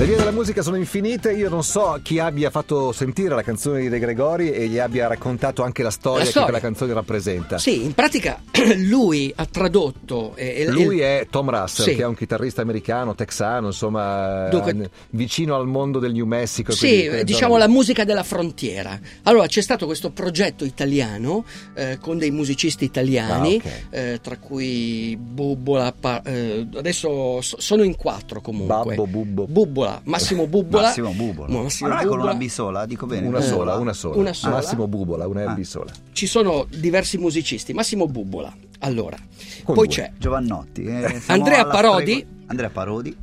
Le vie della musica sono infinite, io non so chi abbia fatto sentire la canzone di De Gregori e gli abbia raccontato anche la storia che quella canzone rappresenta. Sì, in pratica lui ha tradotto. Lui è Tom Russell, sì, che è un chitarrista americano, texano, insomma, vicino al mondo del New Mexico. Sì, diciamo la musica della frontiera. Allora c'è stato questo progetto italiano con dei musicisti italiani, tra cui Bubbola, adesso sono in 4 comunque. Bubbola, Massimo Bubbola. Ma non è con una B sola, dico bene. Una sola. Massimo Bubbola, una B sola. Ci sono diversi musicisti. Massimo Bubbola. Allora, poi c'è Giovannotti, Andrea Parodi. Andrea Parodi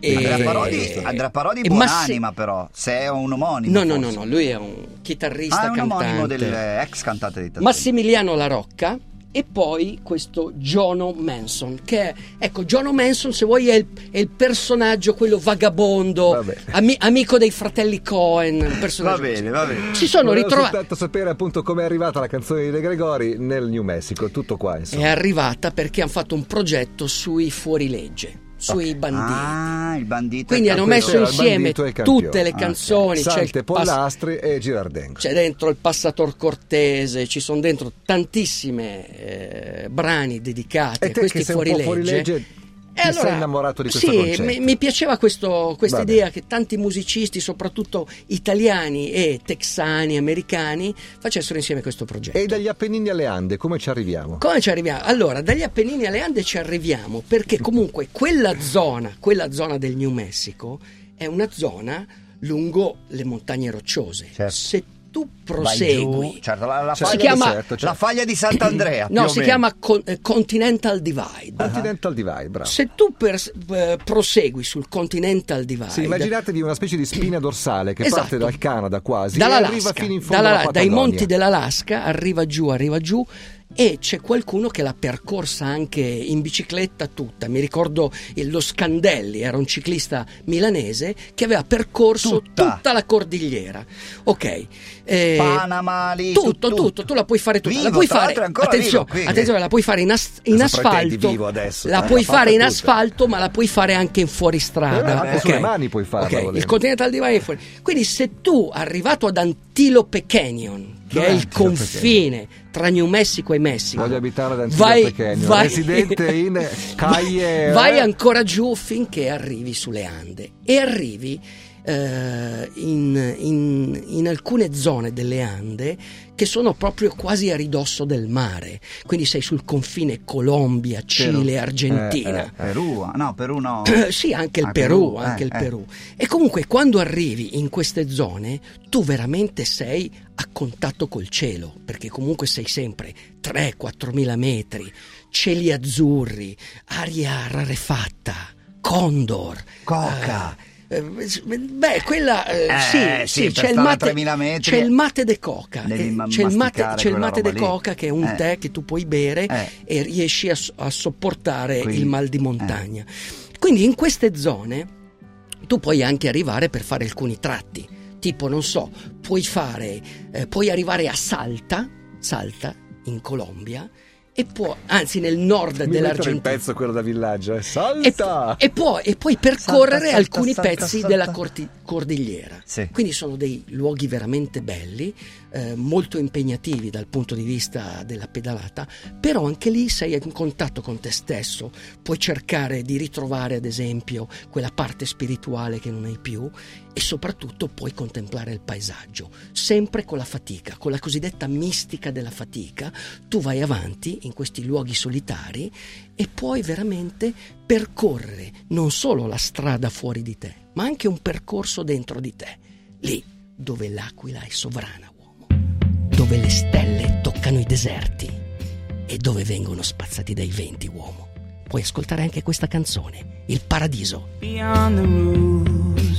è buonanima, però se è un omonimo. No, lui è un chitarrista, un cantante. omonimo dell'ex cantante di Tattoo. Massimiliano La Rocca. E poi questo Jono Manson, che ecco, Jono Manson, se vuoi, è il personaggio, quello vagabondo, amico dei fratelli Cohen, un personaggio. Va bene. Si sono ritrovati. Soltanto sapere appunto come è arrivata la canzone di De Gregori nel New Mexico, tutto qua, insomma. È arrivata perché hanno fatto un progetto sui fuorilegge, sui banditi. Il bandito. Quindi hanno messo insieme tutte le canzoni, Sante, Pollastri e Girardengo. C'è dentro il Passator Cortese, ci sono dentro tantissime brani dedicati a questi fuorilegge. E allora, sei innamorato di questo concetto? Sì, mi piaceva questa idea che tanti musicisti, soprattutto italiani e texani, americani, facessero insieme questo progetto. E dagli Appennini alle Ande, come ci arriviamo? Allora, dagli Appennini alle Ande ci arriviamo perché comunque quella zona del New Mexico è una zona lungo le montagne rocciose. Certo. Se tu prosegui, la faglia di Sant'Andrea. No, si chiama Continental Divide. Continental Divide, bravo. Se tu prosegui sul Continental Divide, sì, immaginatevi una specie di spina dorsale che parte dal Canada quasi e arriva fino in fondo alla Patagonia. Dai monti dell'Alaska arriva giù e c'è qualcuno che l'ha percorsa anche in bicicletta tutta. Mi ricordo lo Scandelli, era un ciclista milanese che aveva percorso tutta la cordigliera. Ok. Panama, lì, tutto, tu la puoi fare tutta. Vivo, la puoi fare, attenzione, la puoi fare in asfalto. La puoi fare in asfalto, ma la puoi fare anche in fuoristrada. Sulle mani puoi farlo. Il Continental Divide è fuori. Quindi se tu, arrivato ad Antelope Canyon, che è il confine tra New Mexico e Messico, voglio abitare ad Antelope Canyon, residente in Calle, vai ancora giù finché arrivi sulle Ande e arrivi in alcune zone delle Ande che sono proprio quasi a ridosso del mare, quindi sei sul confine Colombia, Cile, Argentina, Perù no. Sì, anche il Perù. E comunque quando arrivi in queste zone tu veramente sei a contatto col cielo, perché comunque sei sempre 3-4 mila metri, cieli azzurri, aria rarefatta, condor, coca. Quella sì, c'è il mate de coca, c'è il mate de coca, che è un tè che tu puoi bere e riesci a sopportare il mal di montagna. Quindi in queste zone tu puoi anche arrivare per fare alcuni tratti, tipo non so, puoi arrivare a Salta in Colombia, e anzi nel nord dell'Argentina, il pezzo quello da villaggio, Salta, e puoi percorrere alcuni pezzi della cordigliera. Sì. Quindi sono dei luoghi veramente belli, molto impegnativi dal punto di vista della pedalata, però anche lì sei in contatto con te stesso, puoi cercare di ritrovare ad esempio quella parte spirituale che non hai più e soprattutto puoi contemplare il paesaggio, sempre con la fatica, con la cosiddetta mistica della fatica. Tu vai avanti in questi luoghi solitari e puoi veramente percorrere non solo la strada fuori di te, ma anche un percorso dentro di te, lì dove l'aquila è sovrana, uomo, dove le stelle toccano i deserti e dove vengono spazzati dai venti, uomo. Puoi ascoltare anche questa canzone, Il Paradiso. Beyond the roof